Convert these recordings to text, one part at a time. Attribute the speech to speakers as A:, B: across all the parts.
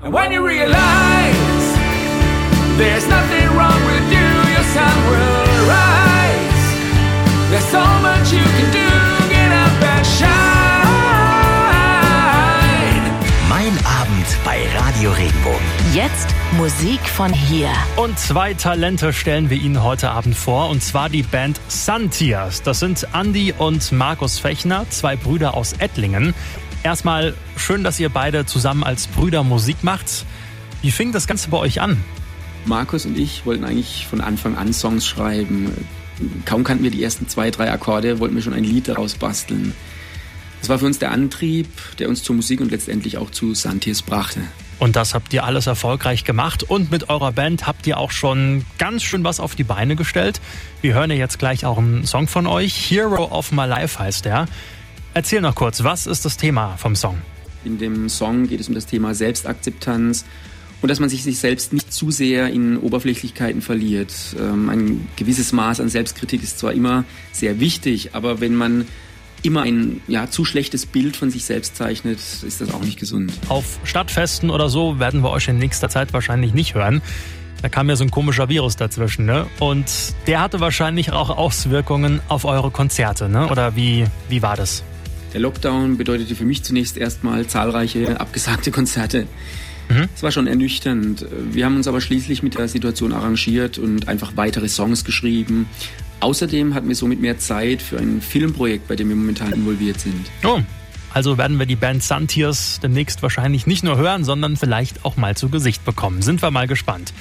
A: When you realize there's nothing wrong with you, your sun will rise. There's so much you can do, get up and shine.
B: Mein Abend bei Radio Regenbogen.
C: Jetzt Musik von hier.
D: Und 2 Talente stellen wir Ihnen heute Abend vor, und zwar die Band Suntears. Das sind Andi und Markus Fechner, 2 Brüder aus Ettlingen. Erstmal schön, dass ihr beide zusammen als Brüder Musik macht. Wie fing das Ganze bei euch an?
E: Markus und ich wollten eigentlich von Anfang an Songs schreiben. Kaum kannten wir die ersten 2, 3 Akkorde, wollten wir schon ein Lied daraus basteln. Das war für uns der Antrieb, der uns zur Musik und letztendlich auch zu Suntears brachte.
D: Und das habt ihr alles erfolgreich gemacht, und mit eurer Band habt ihr auch schon ganz schön was auf die Beine gestellt. Wir hören ja jetzt gleich auch einen Song von euch. Hero of My Life heißt der. Erzähl noch kurz, was ist das Thema vom Song?
E: In dem Song geht es um das Thema Selbstakzeptanz und dass man sich selbst nicht zu sehr in Oberflächlichkeiten verliert. Ein gewisses Maß an Selbstkritik ist zwar immer sehr wichtig, aber wenn man immer ein zu schlechtes Bild von sich selbst zeichnet, ist das auch nicht gesund.
D: Auf Stadtfesten oder so werden wir euch in nächster Zeit wahrscheinlich nicht hören. Da kam ja so ein komischer Virus dazwischen, ne? Und der hatte wahrscheinlich auch Auswirkungen auf eure Konzerte, ne? Oder wie war das?
E: Der Lockdown bedeutete für mich zunächst erstmal zahlreiche abgesagte Konzerte. Es war schon ernüchternd. Wir haben uns aber schließlich mit der Situation arrangiert und einfach weitere Songs geschrieben. Außerdem hatten wir somit mehr Zeit für ein Filmprojekt, bei dem wir momentan involviert sind.
D: Oh, also werden wir die Band Suntears demnächst wahrscheinlich nicht nur hören, sondern vielleicht auch mal zu Gesicht bekommen. Sind wir mal gespannt.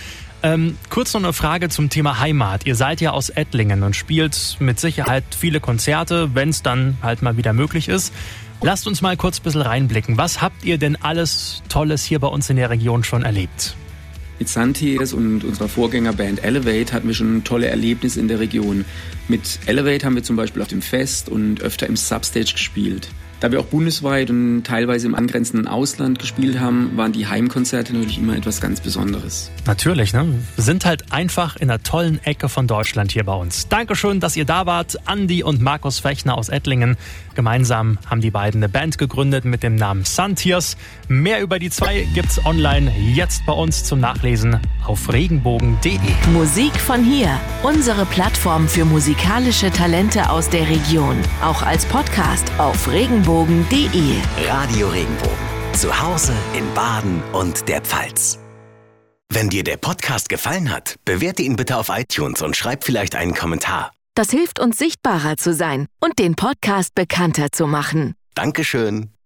D: Kurz noch eine Frage zum Thema Heimat. Ihr seid ja aus Ettlingen und spielt mit Sicherheit viele Konzerte, wenn es dann halt mal wieder möglich ist. Lasst uns mal kurz ein bisschen reinblicken. Was habt ihr denn alles Tolles hier bei uns in der Region schon erlebt?
E: Mit Suntears und unserer Vorgängerband Elevate hatten wir schon tolle Erlebnisse in der Region. Mit Elevate haben wir zum Beispiel auf dem Fest und öfter im Substage gespielt. Da wir auch bundesweit und teilweise im angrenzenden Ausland gespielt haben, waren die Heimkonzerte natürlich immer etwas ganz Besonderes.
D: Natürlich, ne? Wir sind halt einfach in einer tollen Ecke von Deutschland hier bei uns. Dankeschön, dass ihr da wart. Andi und Markus Fechner aus Ettlingen. Gemeinsam haben die beiden eine Band gegründet mit dem Namen Suntears. Mehr über die 2 gibt's online jetzt bei uns zum Nachlesen auf regenbogen.de.
C: Musik von hier. Unsere Plattform für musikalische Talente aus der Region. Auch als Podcast auf regenbogen.de.
B: Radio Regenbogen. Zu Hause in Baden und der Pfalz. Wenn dir der Podcast gefallen hat, bewerte ihn bitte auf iTunes und schreib vielleicht einen Kommentar.
C: Das hilft uns, sichtbarer zu sein und den Podcast bekannter zu machen.
B: Dankeschön.